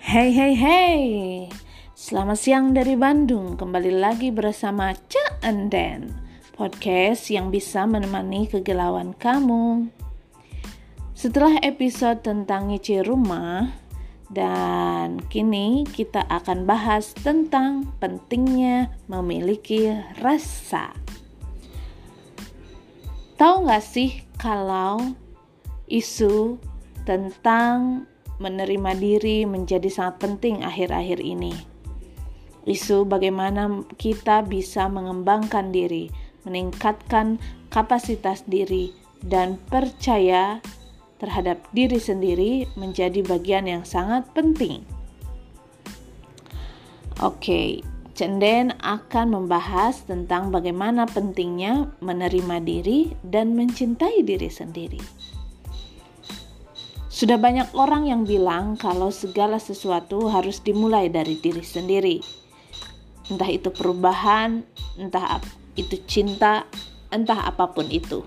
Hey hey hey, selamat siang dari Bandung. Kembali lagi bersama Cak Enden, podcast yang bisa menemani kegalauan kamu. Setelah episode tentang nyicil rumah, dan kini kita akan bahas tentang pentingnya memiliki rasa. Tahu gak sih kalau isu tentang menerima diri menjadi sangat penting akhir-akhir ini. Isu bagaimana kita bisa mengembangkan diri, meningkatkan kapasitas diri, dan percaya terhadap diri sendiri menjadi bagian yang sangat penting. Oke, Cenden akan membahas tentang bagaimana pentingnya menerima diri dan mencintai diri sendiri. Sudah banyak orang yang bilang kalau segala sesuatu harus dimulai dari diri sendiri. Entah itu perubahan, entah itu cinta, entah apapun itu.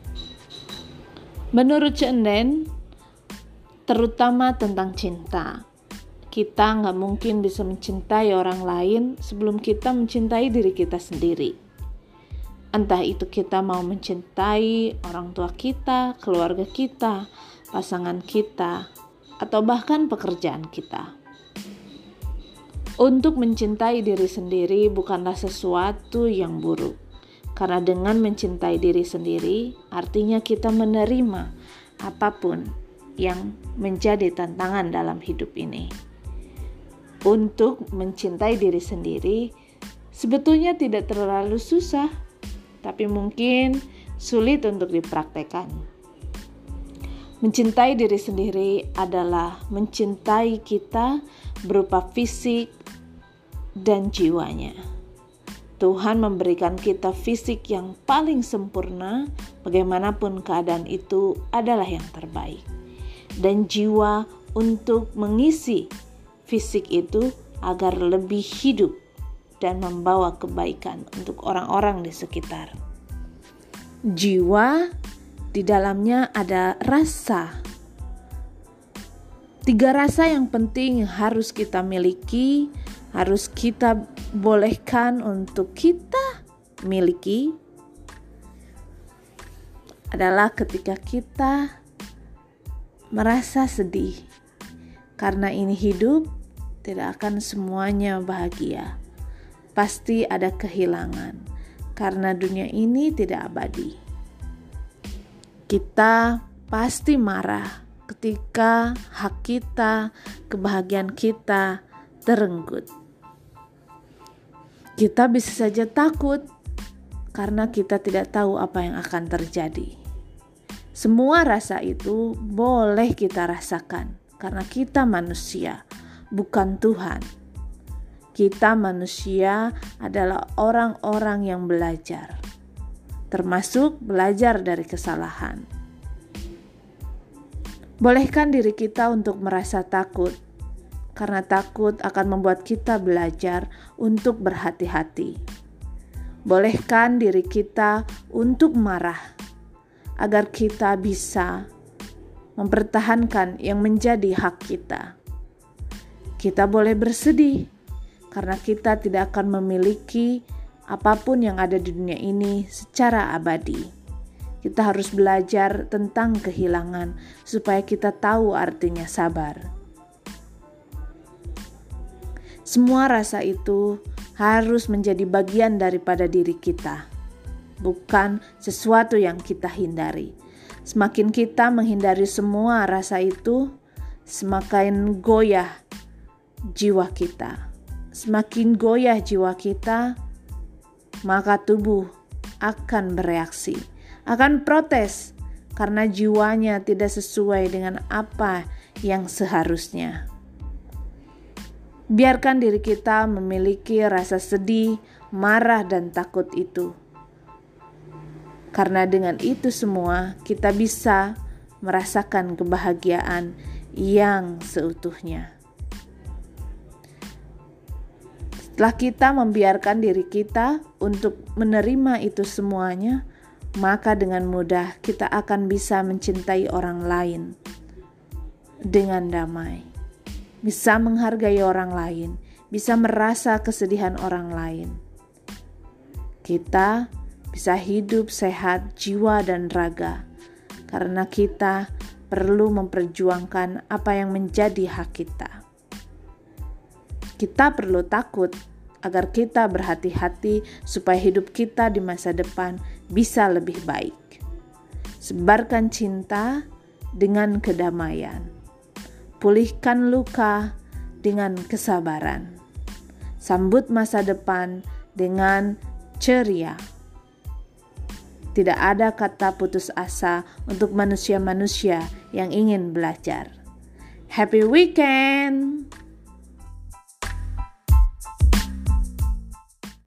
Menurut Cenden, terutama tentang cinta, kita gak mungkin bisa mencintai orang lain sebelum kita mencintai diri kita sendiri. Entah itu kita mau mencintai orang tua kita, keluarga kita, pasangan kita, atau bahkan pekerjaan kita. Untuk mencintai diri sendiri bukanlah sesuatu yang buruk, karena dengan mencintai diri sendiri artinya kita menerima apapun yang menjadi tantangan dalam hidup ini. Untuk mencintai diri sendiri sebetulnya tidak terlalu susah, tapi mungkin sulit untuk dipraktekkan. Mencintai diri sendiri adalah mencintai kita berupa fisik dan jiwanya. Tuhan memberikan kita fisik yang paling sempurna, bagaimanapun keadaan itu adalah yang terbaik. Dan jiwa untuk mengisi fisik itu agar lebih hidup dan membawa kebaikan untuk orang-orang di sekitar. Jiwa di dalamnya ada rasa. 3 rasa yang penting harus kita miliki, harus kita bolehkan untuk kita miliki adalah ketika kita merasa sedih. Karena ini hidup tidak akan semuanya bahagia. Pasti ada kehilangan, karena dunia ini tidak abadi. Kita pasti marah ketika hak kita, kebahagiaan kita terenggut. Kita bisa saja takut karena kita tidak tahu apa yang akan terjadi. Semua rasa itu boleh kita rasakan karena kita manusia, bukan Tuhan. Kita manusia adalah orang-orang yang belajar, termasuk belajar dari kesalahan. Bolehkan diri kita untuk merasa takut, karena takut akan membuat kita belajar untuk berhati-hati. Bolehkan diri kita untuk marah, agar kita bisa mempertahankan yang menjadi hak kita. Kita boleh bersedih, karena kita tidak akan memiliki apapun yang ada di dunia ini secara abadi. Kita harus belajar tentang kehilangan supaya kita tahu artinya sabar. Semua rasa itu harus menjadi bagian daripada diri kita, bukan sesuatu yang kita hindari. Semakin kita menghindari semua rasa itu, semakin goyah jiwa kita. Semakin goyah jiwa kita, maka tubuh akan bereaksi, akan protes karena jiwanya tidak sesuai dengan apa yang seharusnya. Biarkan diri kita memiliki rasa sedih, marah, dan takut itu. Karena dengan itu semua kita bisa merasakan kebahagiaan yang seutuhnya. Setelah kita membiarkan diri kita untuk menerima itu semuanya, maka dengan mudah kita akan bisa mencintai orang lain dengan damai. bisa menghargai orang lain, bisa merasa kesedihan orang lain. Kita bisa hidup sehat jiwa dan raga karena kita perlu memperjuangkan apa yang menjadi hak kita. Kita perlu takut agar kita berhati-hati supaya hidup kita di masa depan bisa lebih baik. Sebarkan cinta dengan kedamaian. Pulihkan luka dengan kesabaran. Sambut masa depan dengan ceria. Tidak ada kata putus asa untuk manusia-manusia yang ingin belajar. Happy weekend!